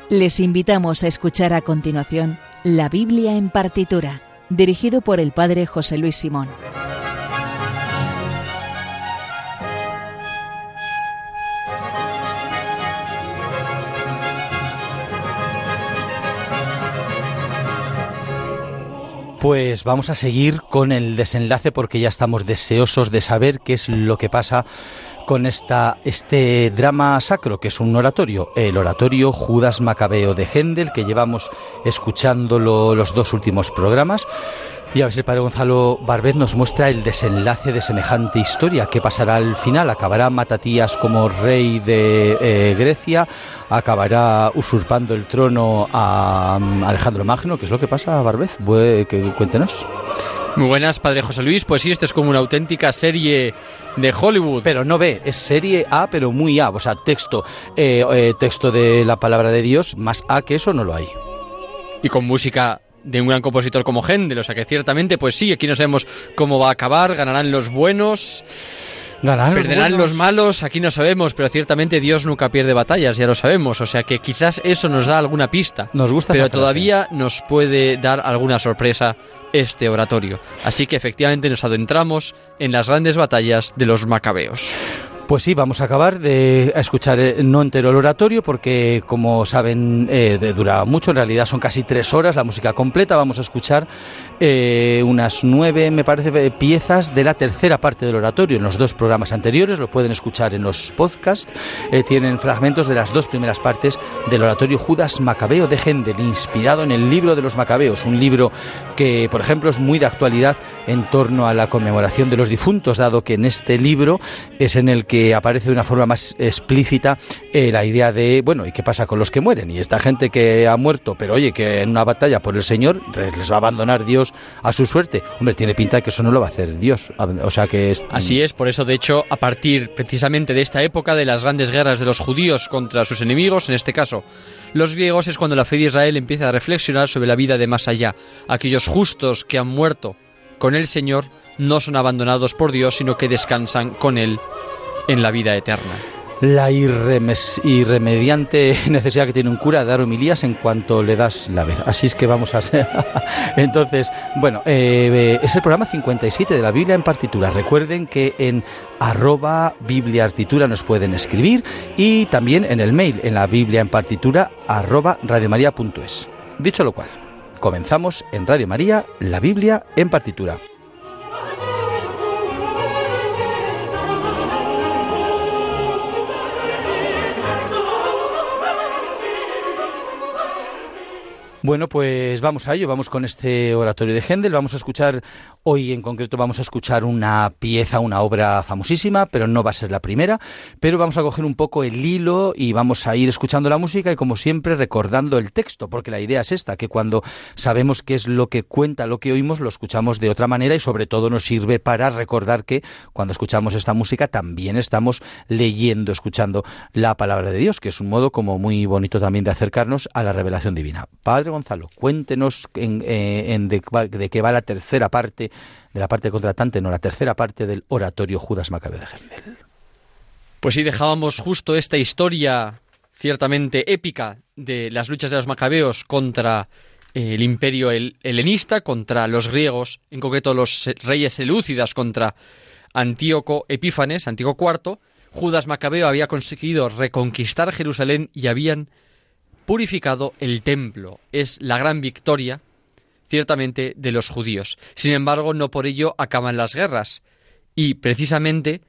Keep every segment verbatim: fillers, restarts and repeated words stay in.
Les invitamos a escuchar a continuación La Biblia en partitura, dirigido por el padre José Luis Simón. Pues vamos a seguir con el desenlace porque ya estamos deseosos de saber qué es lo que pasa con esta, este drama sacro, que es un oratorio, el oratorio Judas Macabeo de Händel, que llevamos escuchándolo los dos últimos programas. Y a ver si el padre Gonzalo Barbet nos muestra el desenlace de semejante historia. ¿Qué pasará al final? ¿Acabará Matatías como rey de eh, Grecia? ¿Acabará usurpando el trono a um, Alejandro Magno? ¿Qué es lo que pasa, Barbet? Que, cuéntenos. Muy buenas, padre José Luis. Pues sí, esto es como una auténtica serie de Hollywood. Pero no B, es serie A, pero muy A. O sea, texto, eh, eh, texto de la palabra de Dios, más A que eso no lo hay. Y con música de un gran compositor como Händel, o sea que ciertamente, pues sí, aquí no sabemos cómo va a acabar, ganarán los buenos, ganarán perderán los, los malos, aquí no sabemos, pero ciertamente Dios nunca pierde batallas, ya lo sabemos, o sea que quizás eso nos da alguna pista, nos gusta pero esa frase. Todavía nos puede dar alguna sorpresa este oratorio, así que efectivamente nos adentramos en las grandes batallas de los macabeos. Pues sí, vamos a acabar de escuchar eh, no entero el oratorio porque, como saben, eh, de, dura mucho, en realidad son casi tres horas la música completa. Vamos a escuchar eh, unas nueve, me parece, piezas de la tercera parte del oratorio. En los dos programas anteriores, lo pueden escuchar en los podcasts, eh, tienen fragmentos de las dos primeras partes del oratorio Judas Macabeo de Händel, inspirado en el libro de los Macabeos, un libro que, por ejemplo, es muy de actualidad en torno a la conmemoración de los difuntos, dado que en este libro es en el que aparece de una forma más explícita eh, la idea de, bueno, ¿y qué pasa con los que mueren? Y esta gente que ha muerto, pero oye, que en una batalla por el Señor les va a abandonar Dios a su suerte. Hombre, tiene pinta de que eso no lo va a hacer Dios. O sea que es... Así es, por eso de hecho, a partir precisamente de esta época de las grandes guerras de los judíos contra sus enemigos, en este caso los griegos, es cuando la fe de Israel empieza a reflexionar sobre la vida de más allá. Aquellos justos que han muerto con el Señor no son abandonados por Dios, sino que descansan con Él en la vida eterna. La irremes- irremediante necesidad que tiene un cura de dar homilías en cuanto le das la vez. Así es que vamos a hacer. Entonces, bueno, eh, es el programa cincuenta y siete de la Biblia en partitura. Recuerden que en arroba Biblia Artitura nos pueden escribir y también en el mail, en la Biblia en partitura arroba radiomaria punto es. Dicho lo cual, comenzamos en Radio María, la Biblia en partitura. Bueno, pues vamos a ello, vamos con este oratorio de Händel. Vamos a escuchar, hoy en concreto vamos a escuchar una pieza, una obra famosísima, pero no va a ser la primera, pero vamos a coger un poco el hilo y vamos a ir escuchando la música y, como siempre, recordando el texto, porque la idea es esta, que cuando sabemos qué es lo que cuenta, lo que oímos, lo escuchamos de otra manera y sobre todo nos sirve para recordar que cuando escuchamos esta música también estamos leyendo, escuchando la palabra de Dios, que es un modo como muy bonito también de acercarnos a la revelación divina. Padre Gonzalo, cuéntenos en, eh, en de, de qué va la tercera parte, de la parte contratante, no, la tercera parte del oratorio Judas Macabeo de Händel. Pues sí, dejábamos justo esta historia ciertamente épica de las luchas de los macabeos contra eh, el imperio hel- helenista, contra los griegos, en concreto los reyes selúcidas contra Antíoco Epífanes, Antíoco cuarto. Judas Macabeo había conseguido reconquistar Jerusalén y habían purificado el templo. Es la gran victoria, ciertamente, de los judíos. Sin embargo, no por ello acaban las guerras. Y precisamente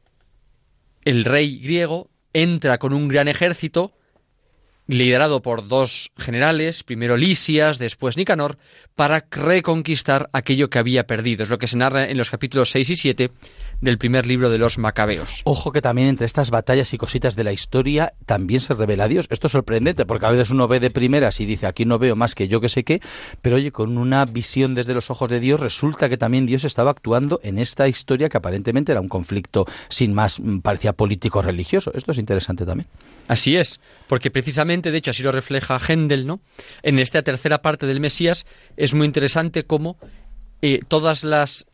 el rey griego entra con un gran ejército, liderado por dos generales, primero Lisias, después Nicanor, para reconquistar aquello que había perdido. Es lo que se narra en los capítulos seis y siete del primer libro de los Macabeos. Ojo que también entre estas batallas y cositas de la historia también se revela Dios. Esto es sorprendente porque a veces uno ve de primeras y dice, aquí no veo más que yo que sé qué, pero oye, con una visión desde los ojos de Dios resulta que también Dios estaba actuando en esta historia que aparentemente era un conflicto sin más, parecía político-religioso. Esto es interesante también. Así es, porque precisamente, de hecho así lo refleja Händel, ¿no? En esta tercera parte del Mesías es muy interesante cómo eh, todas las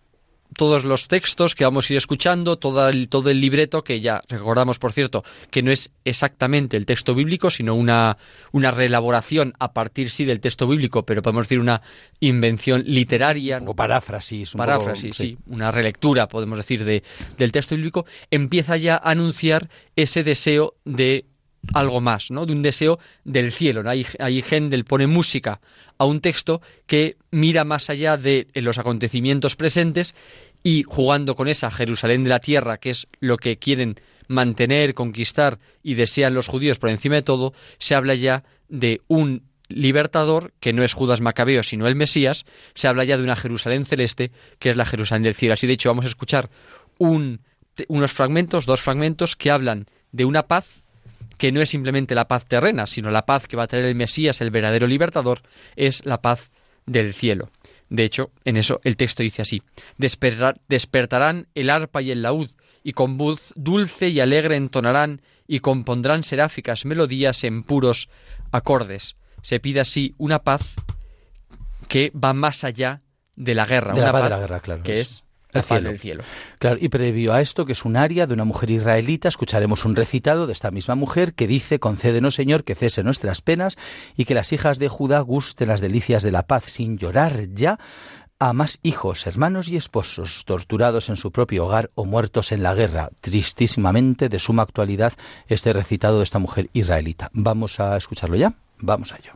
todos los textos que vamos a ir escuchando, todo el, todo el libreto, que ya recordamos, por cierto, que no es exactamente el texto bíblico, sino una, una reelaboración a partir, sí, del texto bíblico, pero podemos decir una invención literaria. O paráfrasis. Un paráfrasis, poco, sí. sí, una relectura, podemos decir, de, del texto bíblico, empieza ya a anunciar ese deseo de algo más, ¿no? De un deseo del cielo, ¿no? Ahí, ahí Händel pone música a un texto que mira más allá de los acontecimientos presentes y, jugando con esa Jerusalén de la tierra, que es lo que quieren mantener, conquistar y desean los judíos por encima de todo, se habla ya de un libertador que no es Judas Macabeo sino el Mesías. Se habla ya de una Jerusalén celeste que es la Jerusalén del cielo. Así, de hecho, vamos a escuchar un, unos fragmentos, dos fragmentos que hablan de una paz que no es simplemente la paz terrena, sino la paz que va a traer el Mesías, el verdadero libertador, es la paz del cielo. De hecho, en eso el texto dice así: Despertar, despertarán el arpa y el laúd, y con voz dulce y alegre entonarán, y compondrán seráficas melodías en puros acordes. Se pide así una paz que va más allá de la guerra, de una la paz, paz de la guerra, claro, que es es la el paz cielo. del cielo. Claro, y previo a esto, que es un aria de una mujer israelita, escucharemos un recitado de esta misma mujer que dice: Concédenos, Señor, que cese nuestras penas y que las hijas de Judá gusten las delicias de la paz, sin llorar ya a más hijos, hermanos y esposos, torturados en su propio hogar o muertos en la guerra. Tristísimamente de suma actualidad este recitado de esta mujer israelita. ¿Vamos a escucharlo ya? Vamos a ello.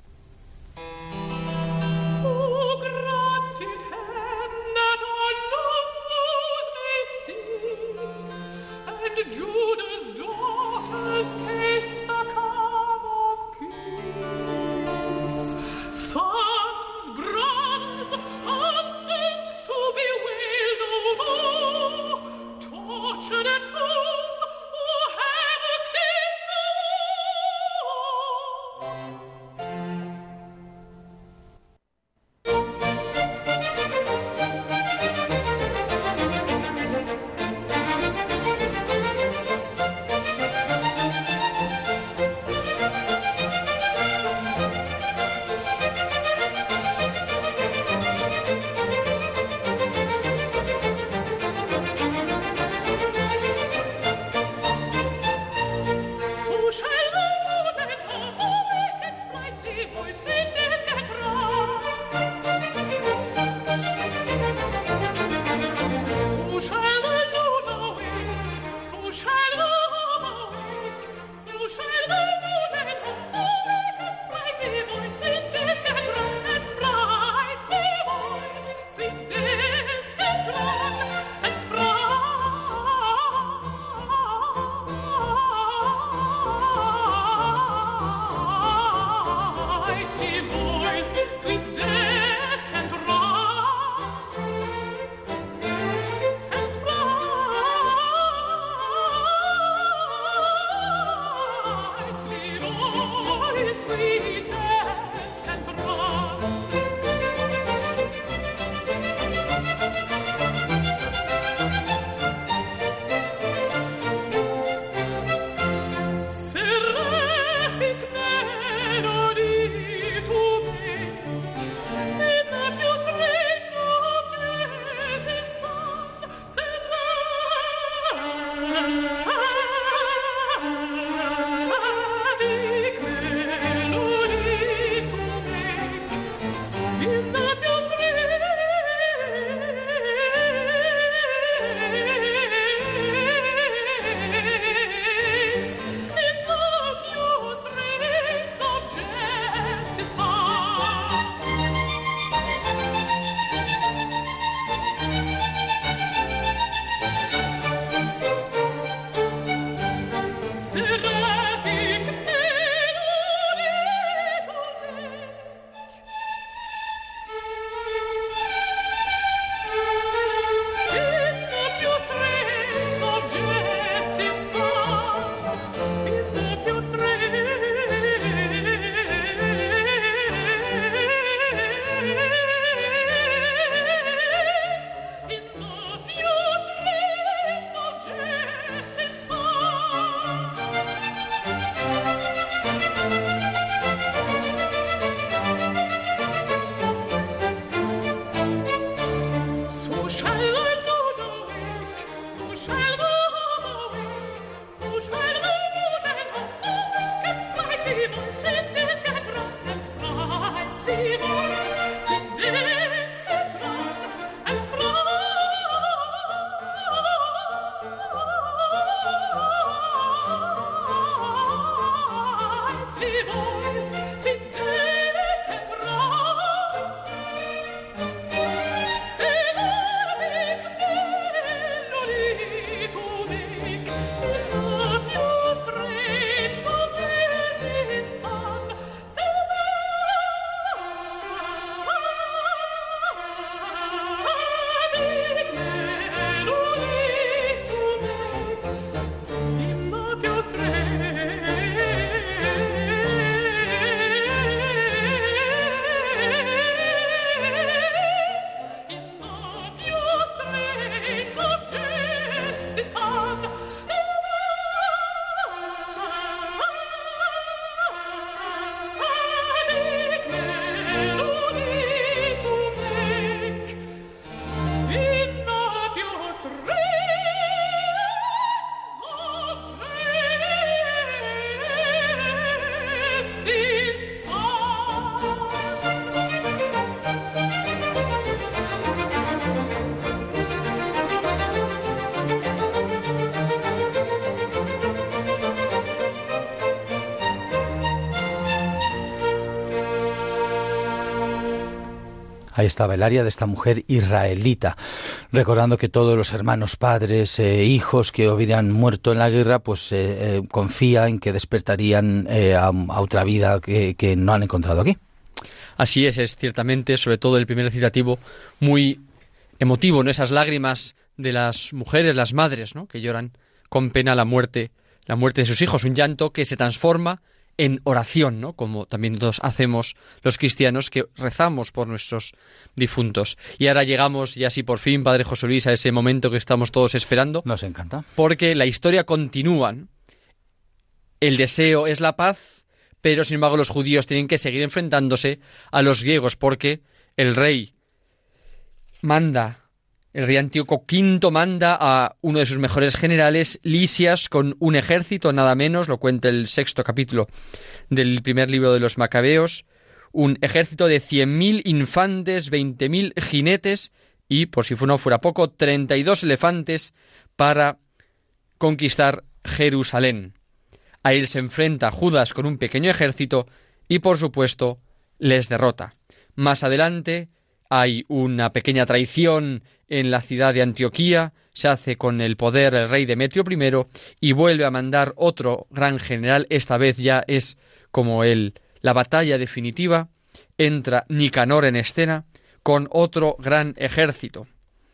Ahí estaba el área de esta mujer israelita, recordando que todos los hermanos, padres, eh, hijos que hubieran muerto en la guerra, pues eh, eh, confía en que despertarían eh, a, a otra vida que, que no han encontrado aquí. Así es, es ciertamente, sobre todo el primer recitativo, muy emotivo, ¿no? Esas lágrimas de las mujeres, las madres, ¿no? Que lloran con pena la muerte, la muerte de sus hijos, un llanto que se transforma en oración, ¿no? Como también todos hacemos los cristianos, que rezamos por nuestros difuntos. Y ahora llegamos ya sí por fin, Padre José Luis, a ese momento que estamos todos esperando. Nos encanta. Porque la historia continúa. El deseo es la paz, pero sin embargo los judíos tienen que seguir enfrentándose a los griegos, porque el rey manda, el rey Antíoco quinto manda a uno de sus mejores generales, Lisias, con un ejército, nada menos, lo cuenta el sexto capítulo del primer libro de los Macabeos, un ejército de cien mil infantes, veinte mil jinetes y, por si no fuera poco, treinta y dos elefantes para conquistar Jerusalén. A él se enfrenta Judas con un pequeño ejército y, por supuesto, les derrota. Más adelante hay una pequeña traición en la ciudad de Antioquía, se hace con el poder el rey Demetrio primero y vuelve a mandar otro gran general, esta vez ya es como el, la batalla definitiva, entra Nicanor en escena con otro gran ejército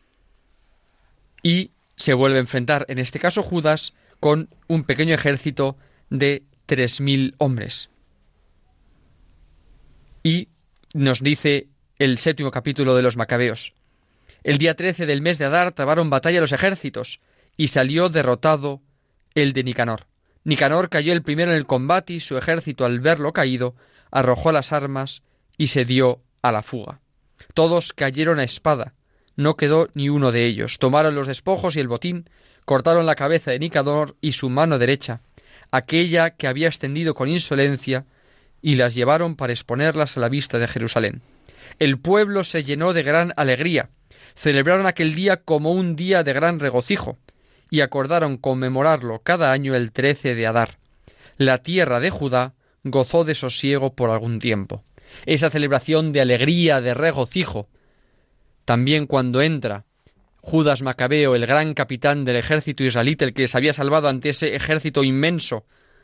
y se vuelve a enfrentar, en este caso Judas, con un pequeño ejército de tres mil hombres. Y nos dice el séptimo capítulo de los Macabeos: el día trece del mes de Adar trabaron batalla los ejércitos, y salió derrotado el de Nicanor. Nicanor cayó el primero en el combate, y su ejército, al verlo caído, arrojó las armas y se dio a la fuga. Todos cayeron a espada, no quedó ni uno de ellos. Tomaron los despojos y el botín, cortaron la cabeza de Nicanor y su mano derecha, aquella que había extendido con insolencia, y las llevaron para exponerlas a la vista de Jerusalén. El pueblo se llenó de gran alegría. Celebraron aquel día como un día de gran regocijo, y acordaron conmemorarlo cada año el trece de Adar. La tierra de Judá gozó de sosiego por algún tiempo. Esa celebración de alegría, de regocijo, también cuando entra Judas Macabeo, el gran capitán del ejército israelita, el que les había salvado ante ese ejército inmenso,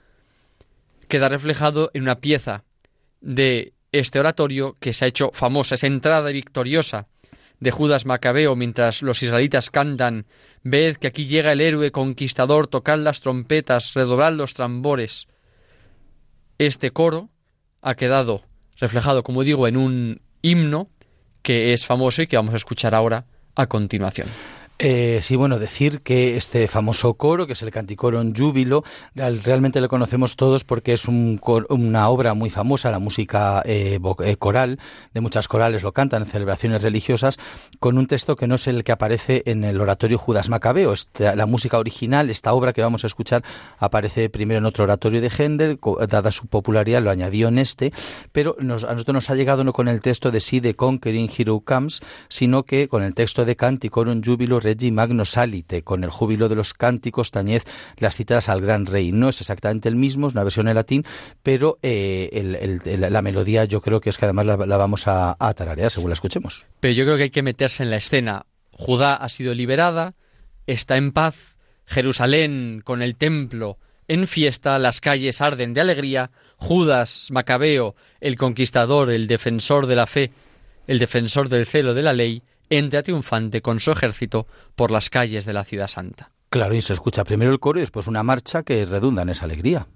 queda reflejado en una pieza de este oratorio que se ha hecho famosa, esa entrada victoriosa de Judas Macabeo mientras los israelitas cantan: ved que aquí llega el héroe conquistador, tocad las trompetas, redoblad los tambores. Este coro ha quedado reflejado, como digo, en un himno que es famoso y que vamos a escuchar ahora a continuación. Eh, sí, bueno, decir que este famoso coro, que es el Canticorum Júbilo, realmente lo conocemos todos porque es un cor, una obra muy famosa, la música eh, coral, de muchas corales lo cantan en celebraciones religiosas, con un texto que no es el que aparece en el oratorio Judas Macabeo. Esta, la música original, esta obra que vamos a escuchar, aparece primero en otro oratorio de Händel, dada su popularidad lo añadió en este, pero nos, a nosotros nos ha llegado no con el texto de See the Conquering Hero Comes, sino que con el texto de Canticorum Júbilo Regi Magno Salite, con el júbilo de los cánticos tañed las citadas al gran rey. No es exactamente el mismo, es una versión en latín, pero eh, el, el, el, la melodía yo creo que es que además la, la vamos a, a tararear según la escuchemos. Pero yo creo que hay que meterse en la escena. Judá ha sido liberada, está en paz, Jerusalén con el templo en fiesta, las calles arden de alegría, Judas Macabeo, el conquistador, el defensor de la fe, el defensor del celo de la ley, entra triunfante con su ejército por las calles de la ciudad santa. Claro, y se escucha primero el coro y después una marcha que redunda en esa alegría.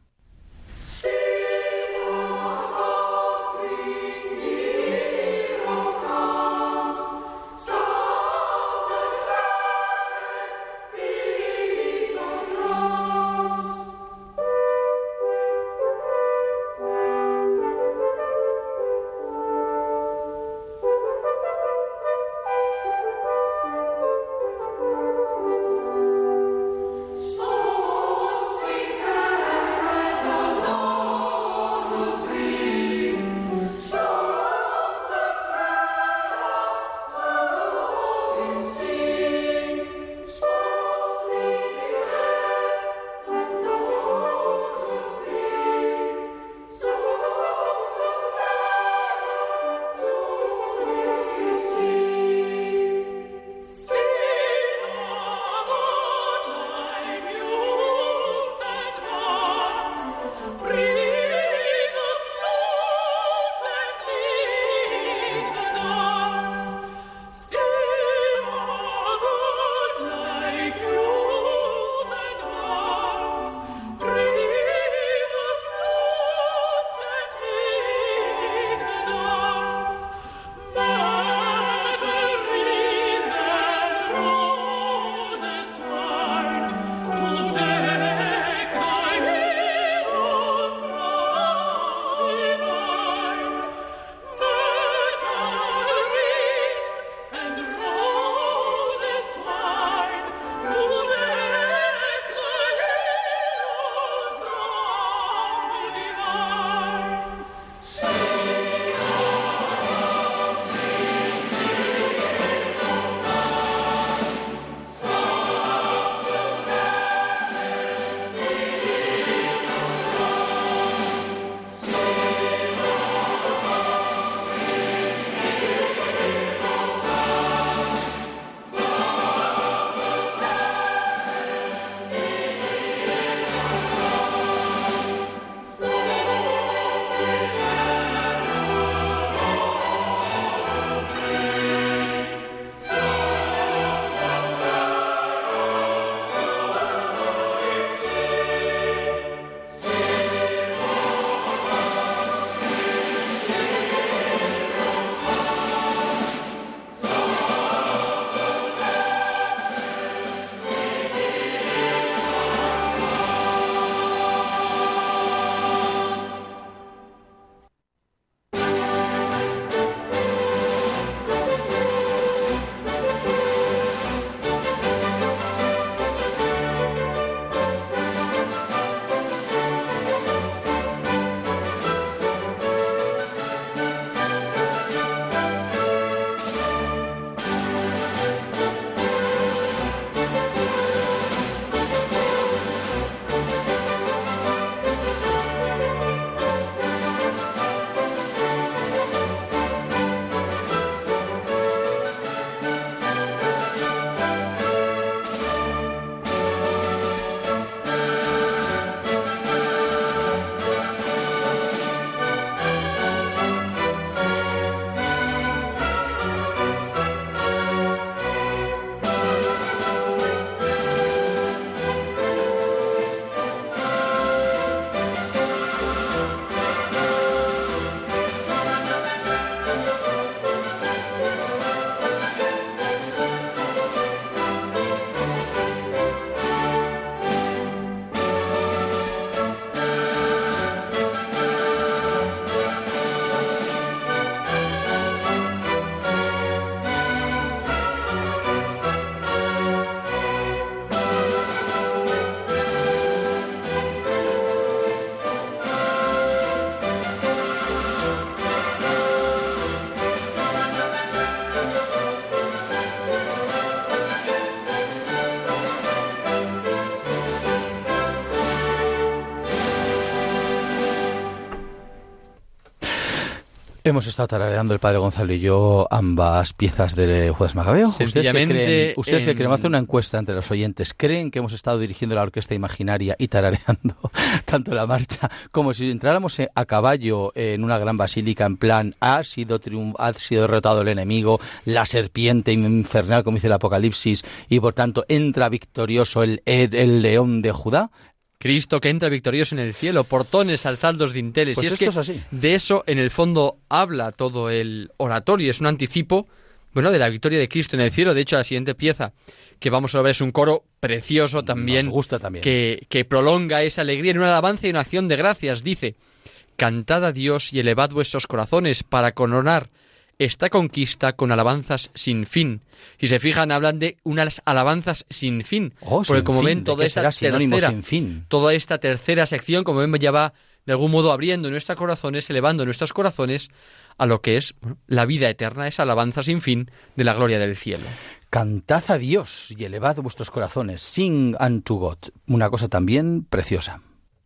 Hemos estado tarareando el padre Gonzalo y yo ambas piezas de Judas Macabeo. ¿Ustedes que creen, ustedes que queremos hacer una encuesta entre los oyentes? ¿Creen que hemos estado dirigiendo la orquesta imaginaria y tarareando tanto la marcha como si entráramos a caballo en una gran basílica en plan ha sido, triunf ha sido derrotado el enemigo, la serpiente infernal como dice el Apocalipsis y por tanto entra victorioso el, el, el león de Judá? Cristo que entra victorioso en el cielo, portones, alzaldos, dinteles. Pues y es esto que es así. De eso, en el fondo, habla todo el oratorio. Es un anticipo, bueno, de la victoria de Cristo en el cielo. De hecho, la siguiente pieza que vamos a ver es un coro precioso también, Nos gusta también. Que, que prolonga esa alegría en una alabanza y una acción de gracias. Dice, cantad a Dios y elevad vuestros corazones para coronar esta conquista con alabanzas sin fin. Si se fijan, hablan de unas alabanzas sin fin. Oh, porque sin como fin. ven, toda esta tercera, sin fin? toda esta tercera sección, como ven, ya va de algún modo abriendo nuestros corazones, elevando nuestros corazones a lo que es bueno, la vida eterna, esa alabanza sin fin de la gloria del cielo. Cantad a Dios y elevad vuestros corazones. Sing unto God. Una cosa también preciosa.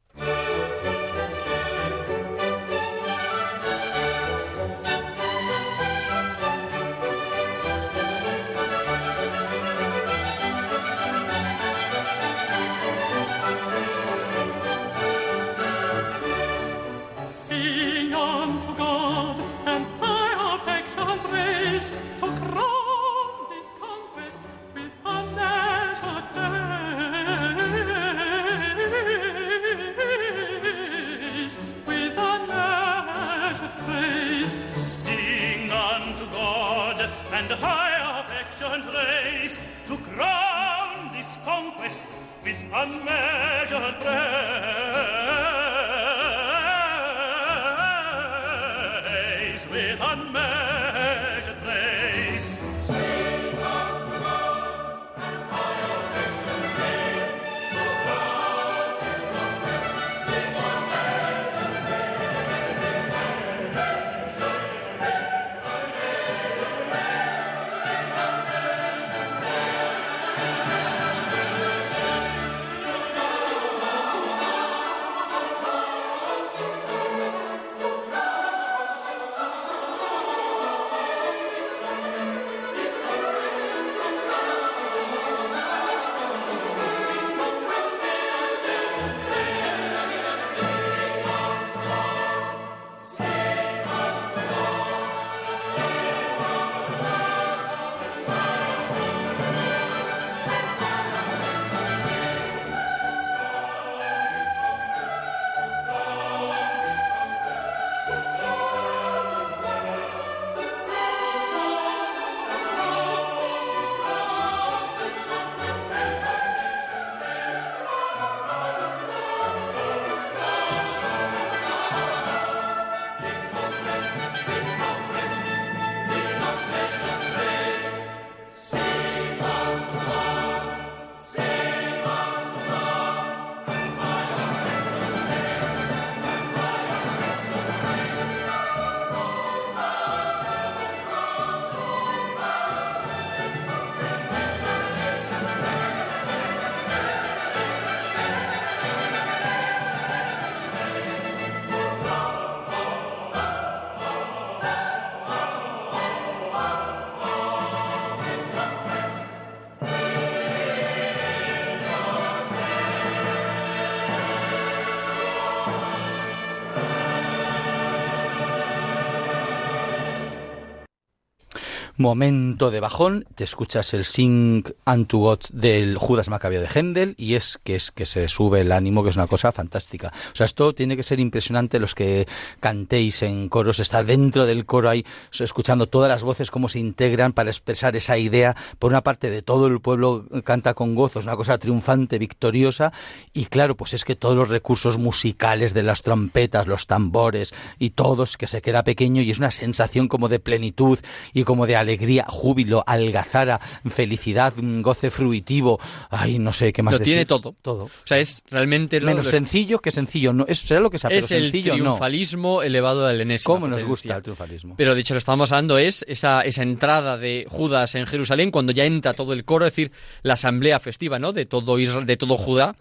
Momento de bajón, te escuchas el Sing unto God del Judas Macabeo de Händel y es que es que se sube el ánimo, que es una cosa fantástica. O sea, esto tiene que ser impresionante, los que cantéis en coros, estar dentro del coro ahí, escuchando todas las voces cómo se integran para expresar esa idea. Por una parte, de todo el pueblo canta con gozo, es una cosa triunfante, victoriosa, y claro, pues es que todos los recursos musicales de las trompetas, los tambores y todos, que se queda pequeño y es una sensación como de plenitud y como de alegría, júbilo, algazara, felicidad, goce fruitivo. Ay, no sé qué más Lo decir. tiene todo. Todo. O sea, es realmente... Lo, Menos lo, sencillo que sencillo. No, es, será lo que sea, pero es el sencillo triunfalismo no. elevado al enésima ¿Cómo nos potencia? gusta el triunfalismo? Pero dicho, lo estábamos hablando, es esa, esa entrada de Judas en Jerusalén, cuando ya entra todo el coro, es decir, la asamblea festiva, ¿no?, de todo Israel, de todo Judá,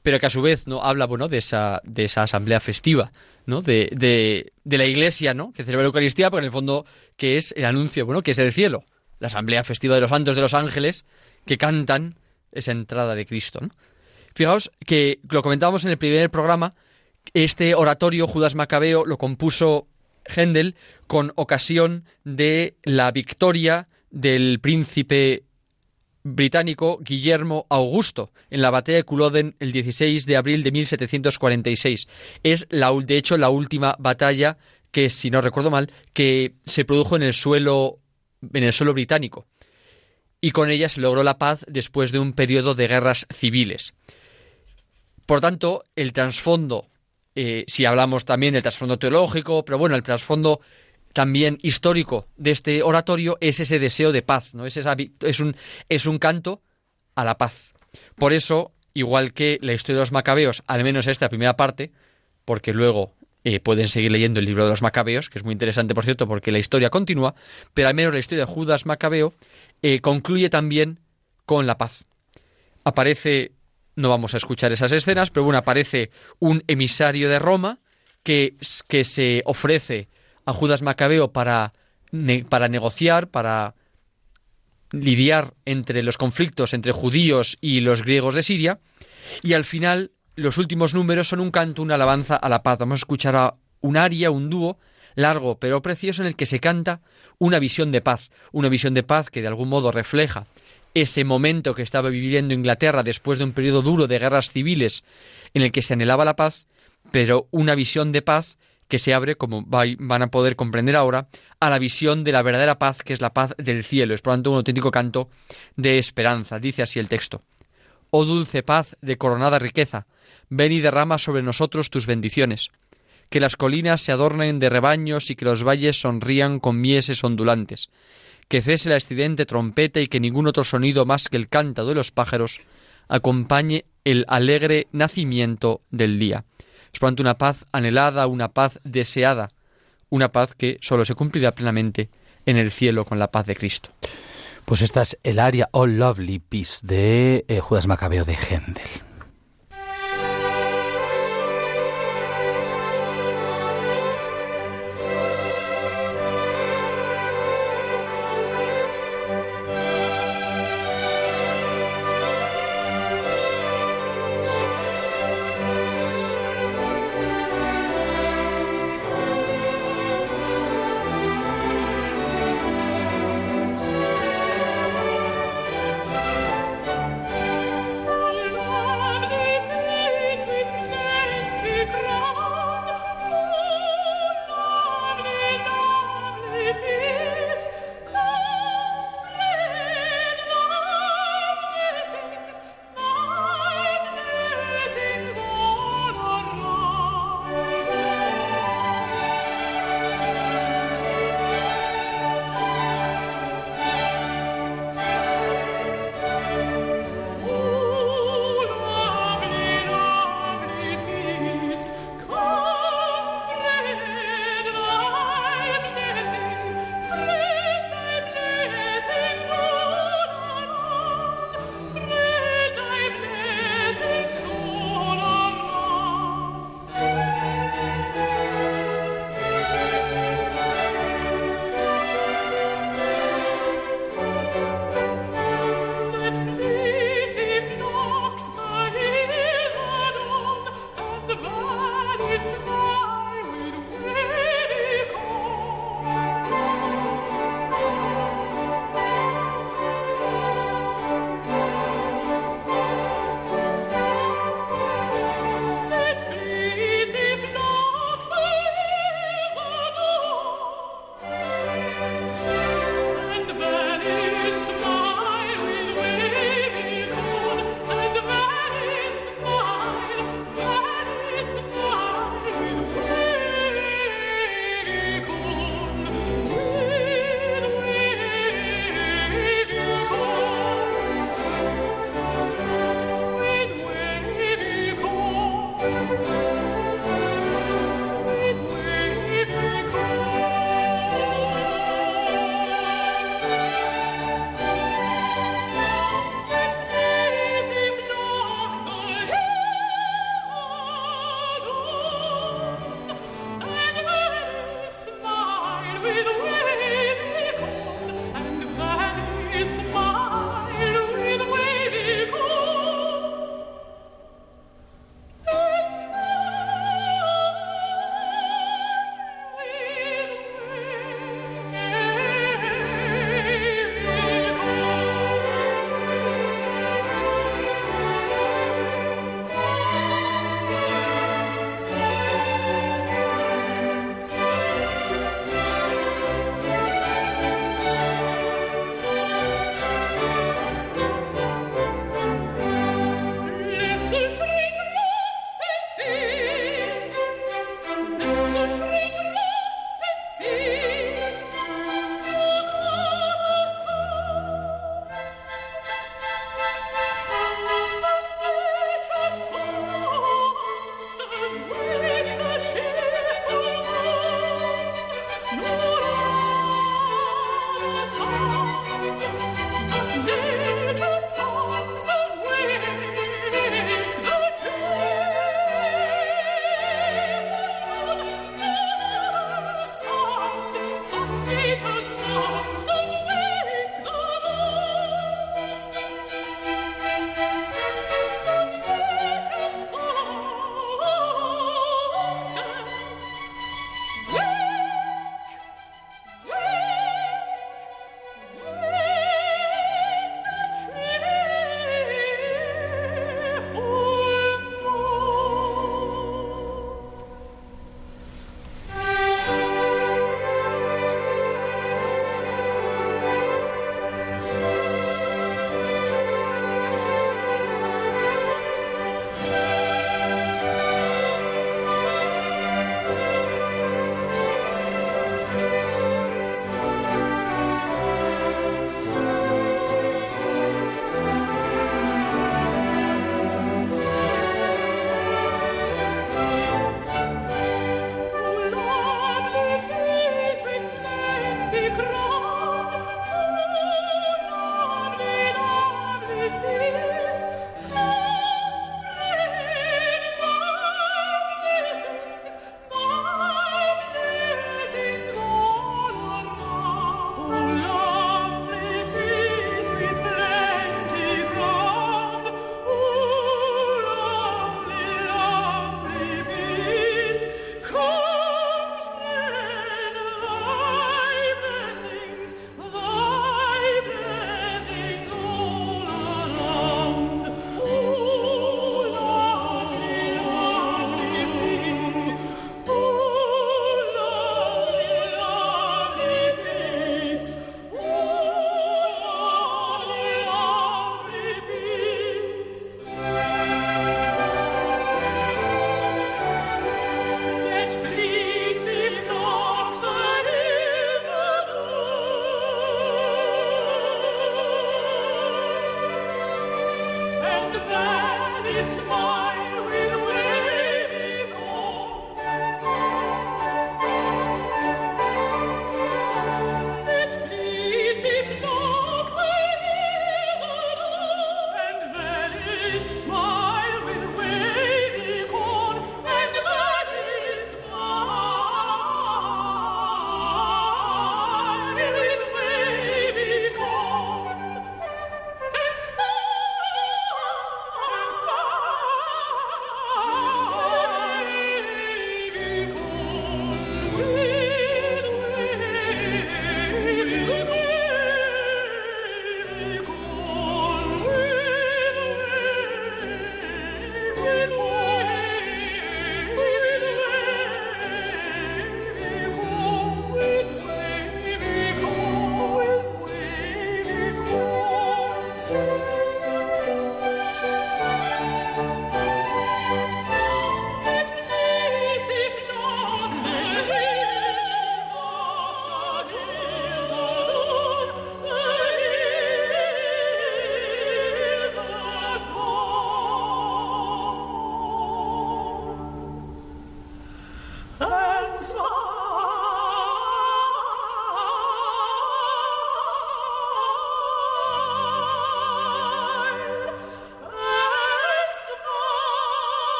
pero que a su vez no habla, bueno, de esa, de esa asamblea festiva, ¿no? De, de, de la Iglesia, ¿no? Que celebra la Eucaristía, pero en el fondo que es el anuncio, bueno, que es el cielo, la asamblea festiva de los santos, de los ángeles, que cantan esa entrada de Cristo, ¿no? Fijaos que lo comentábamos en el primer programa, este oratorio Judas Macabeo lo compuso Händel con ocasión de la victoria del príncipe británico Guillermo Augusto en la batalla de Culloden el dieciséis de abril de mil setecientos cuarenta y seis. Es la, de hecho la última batalla que, si no recuerdo mal, que se produjo en el suelo en el suelo británico, y con ella se logró la paz después de un periodo de guerras civiles. Por tanto, el trasfondo, eh, si hablamos también del trasfondo teológico, pero bueno, el trasfondo también histórico de este oratorio es ese deseo de paz, ¿no? Es, esa, es, un, es un canto a la paz. Por eso, igual que la historia de los macabeos, al menos esta primera parte, porque luego eh, pueden seguir leyendo el libro de los macabeos, que es muy interesante, por cierto, porque la historia continúa, pero al menos la historia de Judas Macabeo eh, concluye también con la paz. Aparece, no vamos a escuchar esas escenas, pero bueno, aparece un emisario de Roma que, que se ofrece a Judas Macabeo para, ne- para negociar, para lidiar entre los conflictos entre judíos y los griegos de Siria, y al final los últimos números son un canto, una alabanza a la paz. Vamos a escuchar a un aria, un dúo largo pero precioso en el que se canta una visión de paz, una visión de paz que de algún modo refleja ese momento que estaba viviendo Inglaterra después de un periodo duro de guerras civiles en el que se anhelaba la paz, pero una visión de paz que se abre, como van a poder comprender ahora, a la visión de la verdadera paz, que es la paz del cielo. Es por lo tanto un auténtico canto de esperanza. Dice así el texto: Oh dulce paz de coronada riqueza, ven y derrama sobre nosotros tus bendiciones. Que las colinas se adornen de rebaños y que los valles sonrían con mieses ondulantes. Que cese la estridente trompeta y que ningún otro sonido más que el canto de los pájaros acompañe el alegre nacimiento del día. Es por tanto una paz anhelada, una paz deseada, una paz que solo se cumplirá plenamente en el cielo con la paz de Cristo. Pues esta es el aria Oh Lovely Peace de eh, Judas Macabeo de Händel. Lord.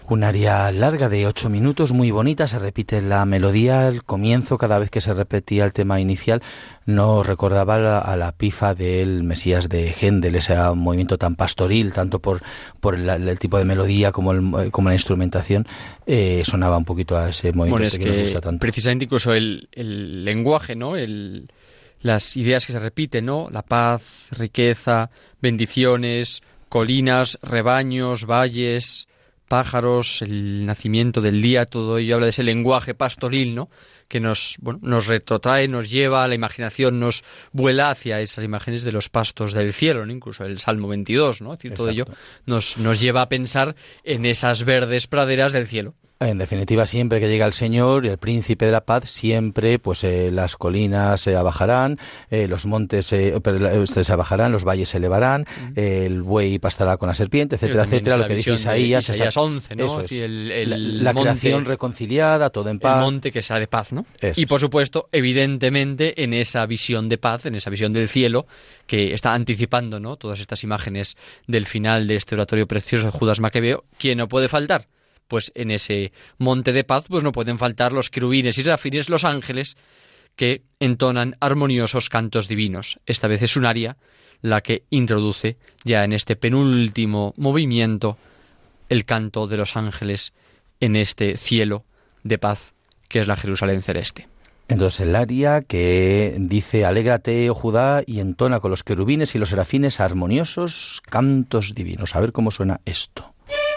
Un aria larga de ocho minutos, muy bonita, se repite la melodía, el comienzo, cada vez que se repetía el tema inicial, nos recordaba la, a la pifa del Mesías de Händel, ese movimiento tan pastoril, tanto por, por el, el tipo de melodía como, el, como la instrumentación, eh, sonaba un poquito a ese movimiento bueno, es que, que nos gusta tanto. Precisamente incluso el, el lenguaje, ¿no? El, las ideas que se repiten, ¿no? La paz, riqueza, bendiciones, colinas, rebaños, valles, pájaros, el nacimiento del día, todo ello habla de ese lenguaje pastoril, ¿no? Que nos, bueno, nos retrotrae, nos lleva, la imaginación nos vuela hacia esas imágenes de los pastos del cielo, ¿no? Incluso el Salmo veintidós, ¿no? Es decir, todo ello nos, nos lleva a pensar en esas verdes praderas del cielo. En definitiva, siempre que llega el Señor, el Príncipe de la Paz, siempre pues eh, las colinas se abajarán, eh, los montes eh, se abajarán, los valles se elevarán, uh-huh. eh, el buey pastará con la serpiente, etcétera, etcétera, lo que dice Isaías. Isaías once, ¿no? Eso es. Es el, el la, la monte, creación reconciliada, todo en paz. El monte que será de paz, ¿no? Eso y por es. supuesto, evidentemente, en esa visión de paz, en esa visión del cielo, que está anticipando, ¿no? Todas estas imágenes del final de este oratorio precioso de Judas Macabeo, ¿quién no puede faltar? Pues en ese monte de paz pues no pueden faltar los querubines y serafines, los ángeles, que entonan armoniosos cantos divinos. Esta vez es un aria la que introduce ya en este penúltimo movimiento el canto de los ángeles en este cielo de paz que es la Jerusalén celeste. Entonces el aria que dice: alégrate, oh Judá, y entona con los querubines y los serafines armoniosos cantos divinos. A ver cómo suena esto.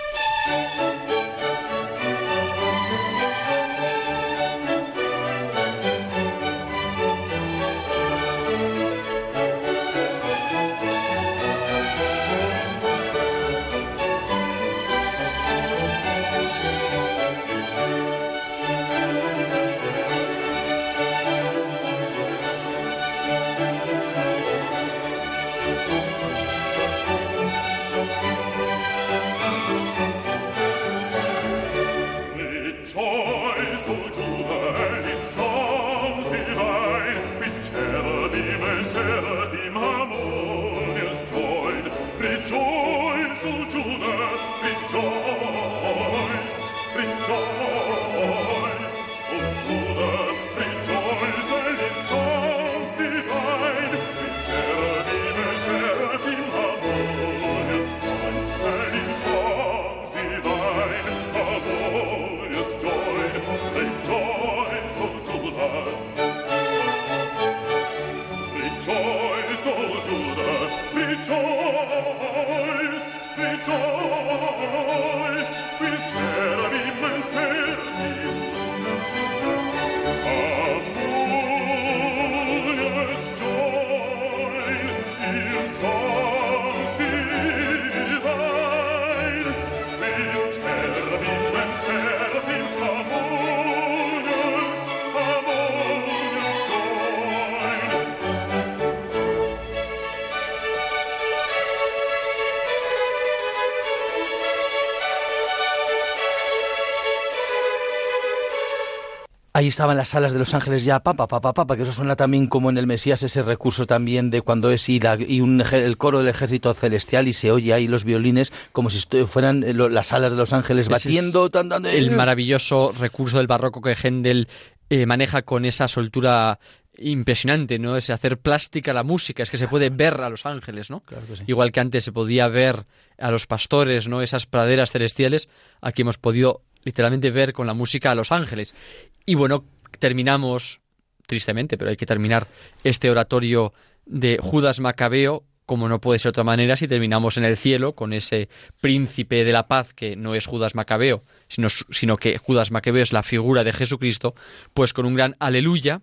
Ahí estaban las alas de los ángeles ya, papa, papa, papa, que eso suena también como en el Mesías, ese recurso también de cuando es y, la, y un, el coro del ejército celestial y se oye ahí los violines como si fueran las alas de los ángeles batiendo. Tan, tan, el maravilloso recurso del barroco que Händel eh, maneja con esa soltura impresionante, ¿no? Es hacer plástica la música, es que se puede ver a los ángeles, ¿no? Claro que sí. Igual que antes se podía ver a los pastores, ¿no? Esas praderas celestiales, aquí hemos podido literalmente ver con la música a los ángeles. Y bueno, terminamos, tristemente, pero hay que terminar este oratorio de Judas Macabeo, como no puede ser de otra manera, si terminamos en el cielo con ese príncipe de la paz que no es Judas Macabeo, sino, sino que Judas Macabeo es la figura de Jesucristo, pues con un gran aleluya.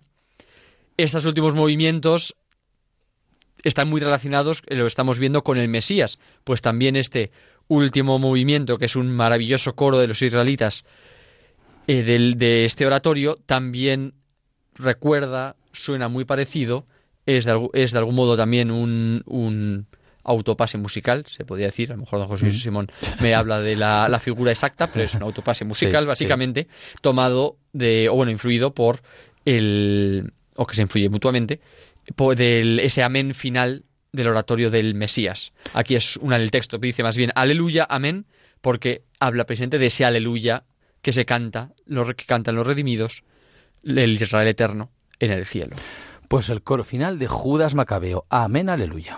Estos últimos movimientos están muy relacionados, lo estamos viendo, con el Mesías, pues también este último movimiento, que es un maravilloso coro de los israelitas eh, del, de este oratorio, también recuerda, suena muy parecido, es de, es de algún modo también un, un autopase musical, se podría decir, a lo mejor don José Luis Simón me habla de la, la figura exacta, pero es un autopase musical, sí, básicamente, sí. tomado de, o bueno, influido por el, o que se influye mutuamente, por del, ese amén final del oratorio del Mesías. Aquí es una del texto que dice más bien aleluya, amén, porque habla precisamente de ese aleluya que se canta, los que cantan los redimidos, el Israel eterno en el cielo. Pues el coro final de Judas Macabeo. Amén, aleluya.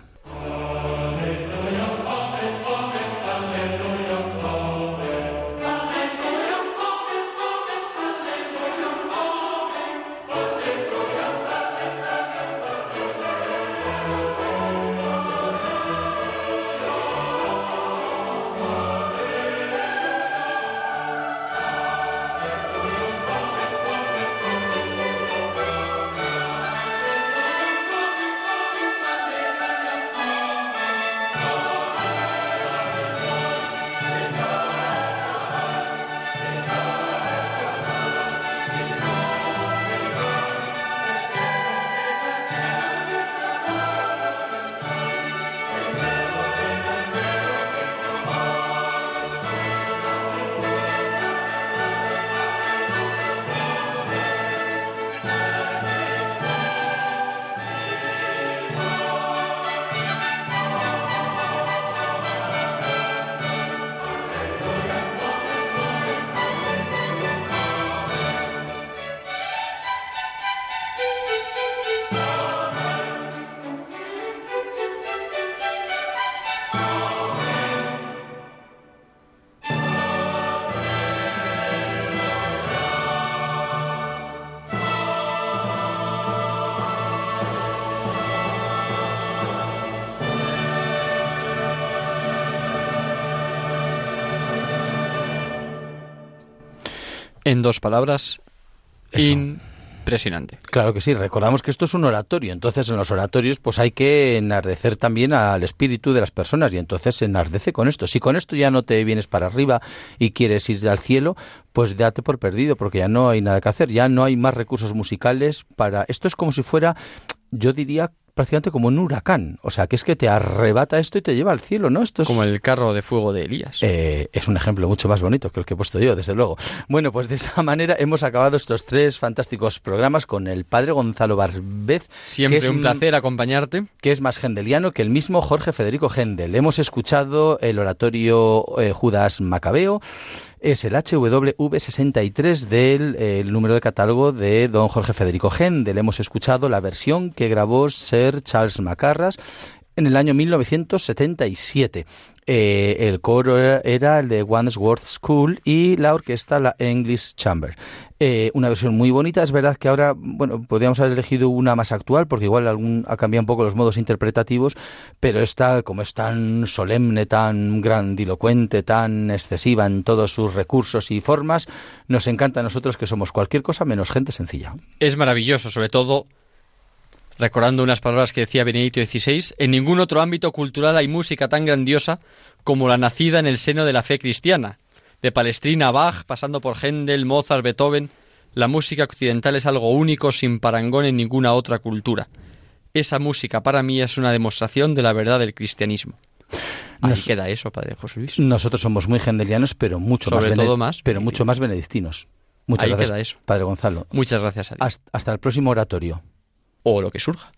En dos palabras, Eso. impresionante. Claro que sí, recordamos que esto es un oratorio, entonces en los oratorios pues hay que enardecer también al espíritu de las personas y entonces se enardece con esto. Si con esto ya no te vienes para arriba y quieres ir al cielo, pues date por perdido porque ya no hay nada que hacer, ya no hay más recursos musicales para... Esto es como si fuera, yo diría, prácticamente como un huracán, o sea, que es que te arrebata esto y te lleva al cielo, ¿no? Esto es como el carro de fuego de Elías. Eh, es un ejemplo mucho más bonito que el que he puesto yo, desde luego. Bueno, pues de esta manera hemos acabado estos tres fantásticos programas con el padre Gonzalo Barbez. Siempre que es un placer acompañarte. Que es más gendeliano que el mismo Jorge Federico Händel. Hemos escuchado el oratorio eh, Judas Macabeo. Es el H W V sesenta y tres del eh, el número de catálogo de don Jorge Federico Händel. Hemos escuchado la versión que grabó Sir Charles Macarras en el año mil novecientos setenta y siete. Eh, el coro era, era el de Wandsworth School y la orquesta la English Chamber. Eh, una versión muy bonita. Es verdad que ahora, bueno, podríamos haber elegido una más actual porque igual algún, ha cambiado un poco los modos interpretativos, pero esta, como es tan solemne, tan grandilocuente, tan excesiva en todos sus recursos y formas, nos encanta a nosotros que somos cualquier cosa menos gente sencilla. Es maravilloso, sobre todo recordando unas palabras que decía Benedicto dieciséis, en ningún otro ámbito cultural hay música tan grandiosa como la nacida en el seno de la fe cristiana. De Palestrina a Bach, pasando por Händel, Mozart, Beethoven, la música occidental es algo único sin parangón en ninguna otra cultura. Esa música para mí es una demostración de la verdad del cristianismo. Ahí Nos, queda eso, padre José Luis. Nosotros somos muy hendelianos, pero mucho Sobre más, todo más, pero mucho más benedictinos. Muchas Ahí gracias, queda eso. padre Gonzalo. Muchas gracias a Dios. Hasta, hasta el próximo oratorio. O lo que surja.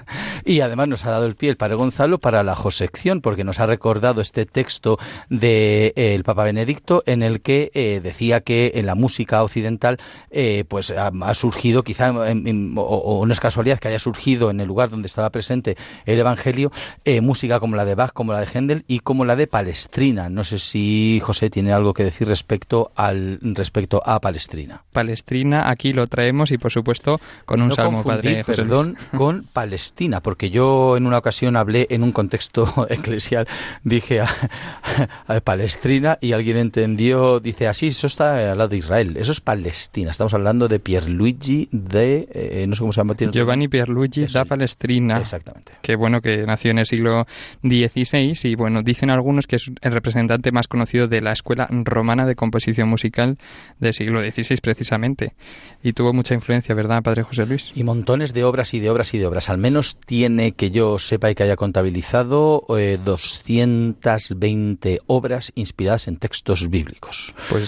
Y además nos ha dado el pie el padre Gonzalo para la Josección, porque nos ha recordado este texto del de, eh, Papa Benedicto en el que eh, decía que en la música occidental eh, pues ha, ha surgido, quizá, en, en, o, o no es casualidad que haya surgido en el lugar donde estaba presente el Evangelio, eh, música como la de Bach, como la de Händel y como la de Palestrina. No sé si José tiene algo que decir respecto al respecto a Palestrina. Palestrina, aquí lo traemos y por supuesto con un no salmo, confundir, padre José perdón, Luis. con Palestina, porque yo en una ocasión hablé en un contexto eclesial, dije a, a Palestrina y alguien entendió, dice así, eso está al lado de Israel, eso es Palestina, estamos hablando de Pierluigi de, eh, no sé cómo se llama, tiene Giovanni Pierluigi Eso, da Palestrina, exactamente, que bueno, que nació en el siglo dieciséis y bueno, dicen algunos que es el representante más conocido de la escuela romana de composición musical del siglo dieciséis precisamente, y tuvo mucha influencia, ¿verdad, padre José Luis? Y montones de obras y de obras y de obras, al menos tiene, que yo sepa y que haya contabilizado, eh, doscientas veinte obras inspiradas en textos bíblicos. Pues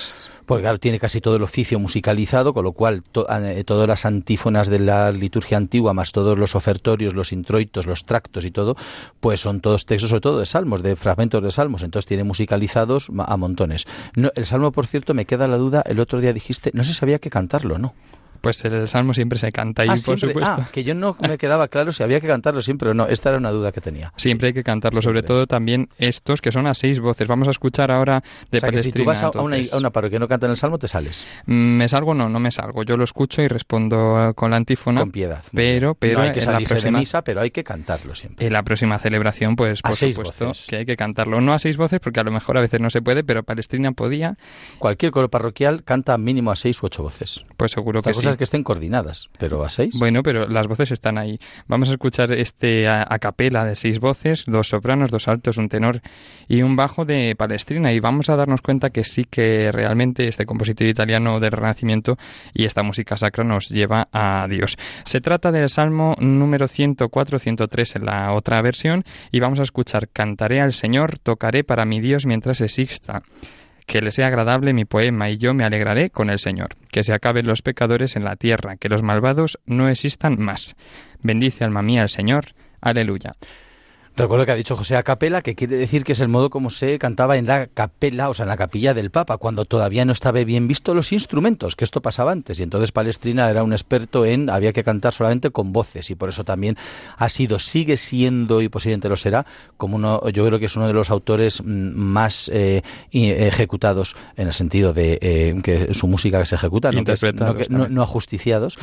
Porque claro, tiene casi todo el oficio musicalizado, con lo cual to, eh, todas las antífonas de la liturgia antigua, más todos los ofertorios, los introitos, los tractos y todo, pues son todos textos, sobre todo de salmos, de fragmentos de salmos. Entonces tiene musicalizados a montones. No, el salmo, por cierto, me queda la duda, el otro día dijiste, no sé si había que cantarlo, ¿no? Pues el salmo siempre se canta ahí, ah, por supuesto. Ah, que yo no me quedaba claro si había que cantarlo siempre o no. Esta era una duda que tenía. Siempre sí. hay que cantarlo, siempre. Sobre todo también estos que son a seis voces. Vamos a escuchar ahora de o sea, Palestrina. Que si tú vas a, entonces... a una, una parroquia que no cantan el salmo, te sales. Me salgo, no, no me salgo. Yo lo escucho y respondo con la antífona. Con piedad. Pero, pero no hay que en salirse la próxima... de misa, pero hay que cantarlo siempre. En la próxima celebración, pues por a seis supuesto voces. que hay que cantarlo. No a seis voces, porque a lo mejor a veces no se puede, pero Palestrina podía. Cualquier coro parroquial canta mínimo a seis u ocho voces. Pues seguro que Las sí. cosas que estén coordinadas, pero a seis. Bueno, pero las voces están ahí. Vamos a escuchar este a, a capela de seis voces, dos sopranos, dos altos, un tenor y un bajo de Palestrina. Y vamos a darnos cuenta que sí que realmente este compositor italiano del Renacimiento y esta música sacra nos lleva a Dios. Se trata del Salmo número ciento cuatro ciento tres en la otra versión y vamos a escuchar Cantaré al Señor, tocaré para mi Dios mientras exista. Que le sea agradable mi poema y yo me alegraré con el Señor. Que se acaben los pecadores en la tierra, que los malvados no existan más. Bendice alma mía al Señor. Aleluya. Recuerdo que ha dicho José a capela, que quiere decir que es el modo como se cantaba en la capela, o sea, en la capilla del Papa, cuando todavía no estaba bien visto los instrumentos, que esto pasaba antes, y entonces Palestrina era un experto en, había que cantar solamente con voces, y por eso también ha sido, sigue siendo, y posiblemente lo será, como uno, yo creo que es uno de los autores más eh, ejecutados, en el sentido de eh, que su música que se ejecuta, no, que es, no, que, no, no ajusticiados,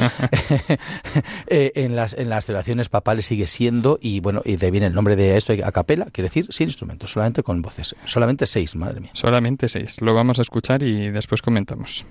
eh, en las en las celebraciones papales sigue siendo, y bueno, y de viene el nombre de de esto a capela, quiere decir sin instrumentos, solamente con voces. Solamente seis, madre mía. Solamente seis. Lo vamos a escuchar y después comentamos.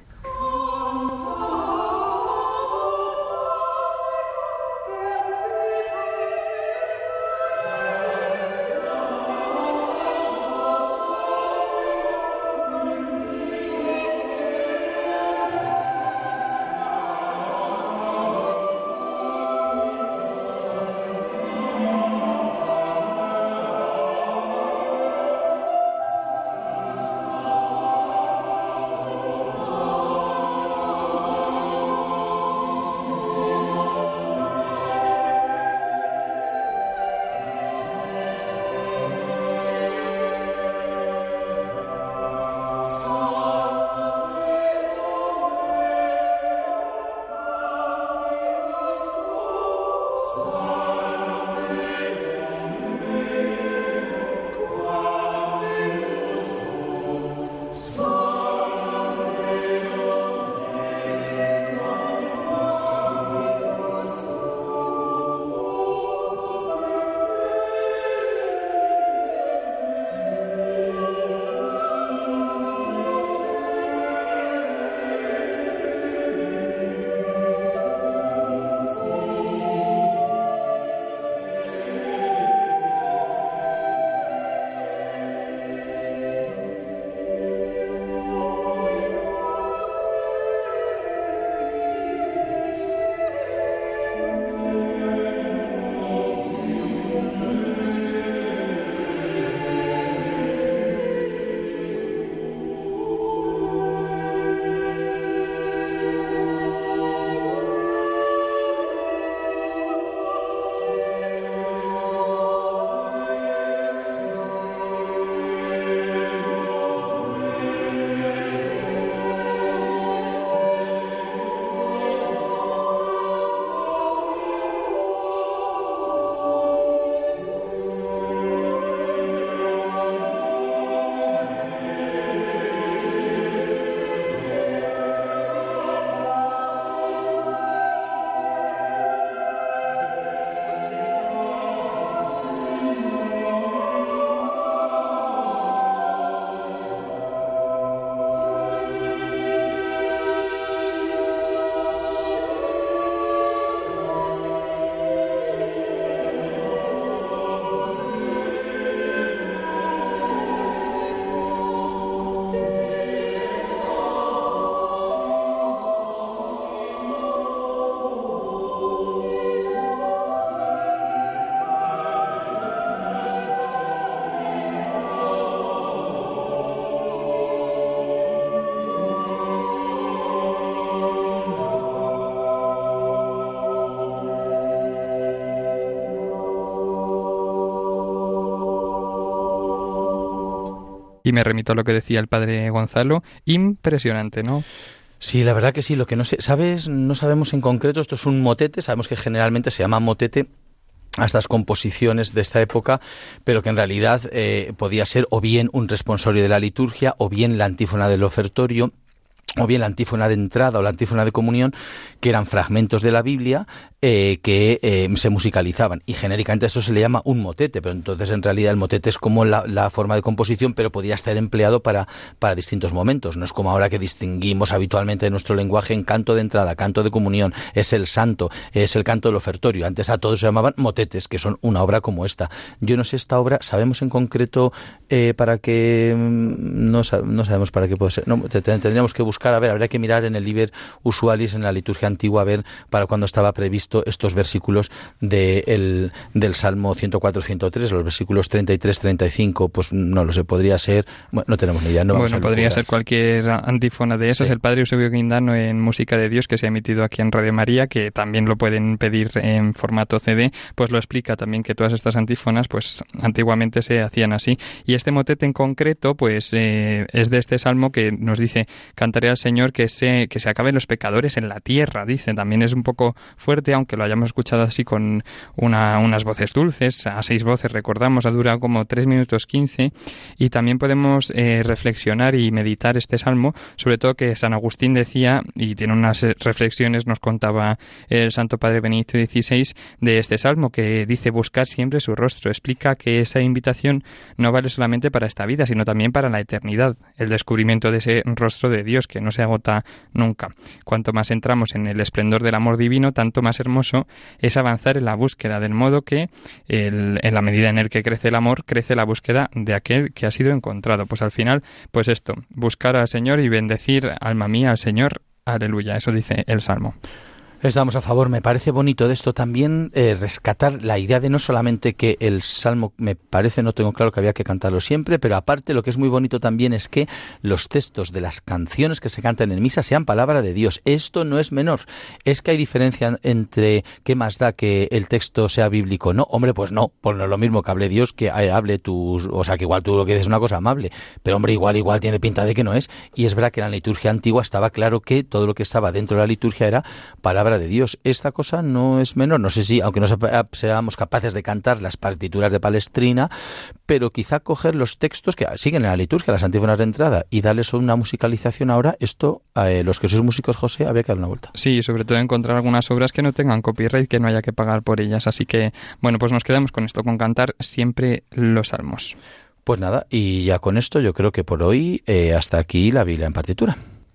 Y me remito a lo que decía el padre Gonzalo, impresionante, ¿no? Sí, la verdad que sí. Lo que no sé, ¿sabes? No sabemos en concreto, esto es un motete, sabemos que generalmente se llama motete a estas composiciones de esta época, pero que en realidad eh, podía ser o bien un responsorio de la liturgia, o bien la antífona del ofertorio, o bien la antífona de entrada o la antífona de comunión, que eran fragmentos de la Biblia eh, que eh, se musicalizaban. Y genéricamente esto se le llama un motete, pero entonces en realidad el motete es como la, la forma de composición, pero podía estar empleado para, para distintos momentos. No es como ahora que distinguimos habitualmente en nuestro lenguaje en canto de entrada, canto de comunión, es el santo, es el canto del ofertorio. Antes a todos se llamaban motetes, que son una obra como esta. Yo no sé esta obra, ¿sabemos en concreto eh, para qué? No, no sabemos para qué puede ser. No, tendríamos que buscar, a ver, habría que mirar en el Liber Usualis, en la liturgia antigua, a ver para cuándo estaba previsto estos versículos de el, del Salmo ciento cuatro ciento tres, los versículos treinta y tres treinta y cinco, pues no lo sé, podría ser, bueno, no tenemos ni idea. No vamos bueno, a podría ser cualquier antífona de esas. Sí. El padre Eusebio Guindano en Música de Dios, que se ha emitido aquí en Radio María, que también lo pueden pedir en formato C D, pues lo explica también, que todas estas antífonas, pues antiguamente se hacían así. Y este motete en concreto, pues eh, es de este salmo que nos dice: cantaré al Señor que se, que se acaben los pecadores en la tierra, dice. También es un poco fuerte, aunque lo hayamos escuchado así con una, unas voces dulces, a seis voces, recordamos, ha durado como tres minutos quince, y también podemos eh, reflexionar y meditar este salmo, sobre todo que San Agustín decía, y tiene unas reflexiones, nos contaba el Santo Padre Benedicto dieciséis, de este salmo, que dice: buscar siempre su rostro. Explica que esa invitación no vale solamente para esta vida, sino también para la eternidad, el descubrimiento de ese rostro de Dios que no se agota nunca. Cuanto más entramos en el esplendor del amor divino, tanto más hermoso es avanzar en la búsqueda, del modo que el, en la medida en el que crece el amor, crece la búsqueda de aquel que ha sido encontrado. Pues al final, pues esto, buscar al Señor y bendecir, alma mía, al Señor. Aleluya, eso dice el Salmo. Estamos a favor. Me parece bonito de esto también eh, rescatar la idea de no solamente que el Salmo, me parece, no tengo claro que había que cantarlo siempre, pero aparte lo que es muy bonito también es que los textos de las canciones que se cantan en misa sean palabra de Dios. Esto no es menor. Es que hay diferencia entre qué más da que el texto sea bíblico. No, hombre, pues no, pues no es lo mismo que hable Dios que hable tus, o sea, que igual tú lo que dices es una cosa amable, pero hombre, igual, igual tiene pinta de que no es. Y es verdad que en la liturgia antigua estaba claro que todo lo que estaba dentro de la liturgia era palabra de Dios. Esta cosa no es menor. No sé si, aunque no seamos capaces de cantar las partituras de Palestrina, pero quizá coger los textos que siguen en la liturgia, las antífonas de entrada, y darles una musicalización ahora, esto, eh, los que sois músicos, José, habría que dar una vuelta. Sí, sobre todo encontrar algunas obras que no tengan copyright, que no haya que pagar por ellas. Así que, bueno, pues nos quedamos con esto, con cantar siempre los salmos. Pues nada, y ya con esto yo creo que por hoy eh, hasta aquí la Biblia en partitura.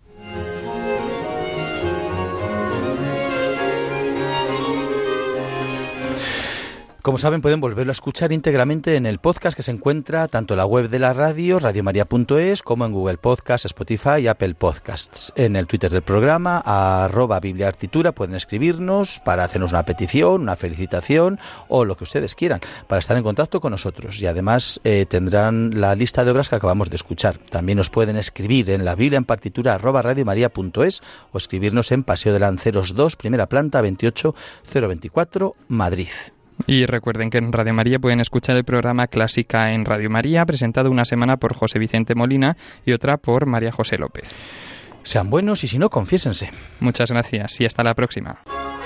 Como saben, pueden volverlo a escuchar íntegramente en el podcast que se encuentra tanto en la web de la radio, radiomaria punto es, como en Google Podcasts, Spotify y Apple Podcasts. En el Twitter del programa, arroba bibliaartitura, pueden escribirnos para hacernos una petición, una felicitación o lo que ustedes quieran, para estar en contacto con nosotros. Y además eh, tendrán la lista de obras que acabamos de escuchar. También nos pueden escribir en la Biblia en partitura, arroba radiomaria punto es, o escribirnos en Paseo de Lanceros dos, primera planta, veintiocho cero veinticuatro, Madrid. Y recuerden que en Radio María pueden escuchar el programa Clásica en Radio María, presentado una semana por José Vicente Molina y otra por María José López. Sean buenos y si no, confiésense. Muchas gracias y hasta la próxima.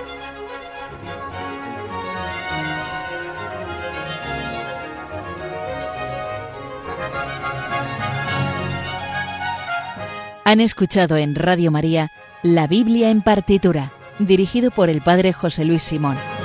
Han escuchado en Radio María La Biblia en partitura, dirigido por el padre José Luis Simón.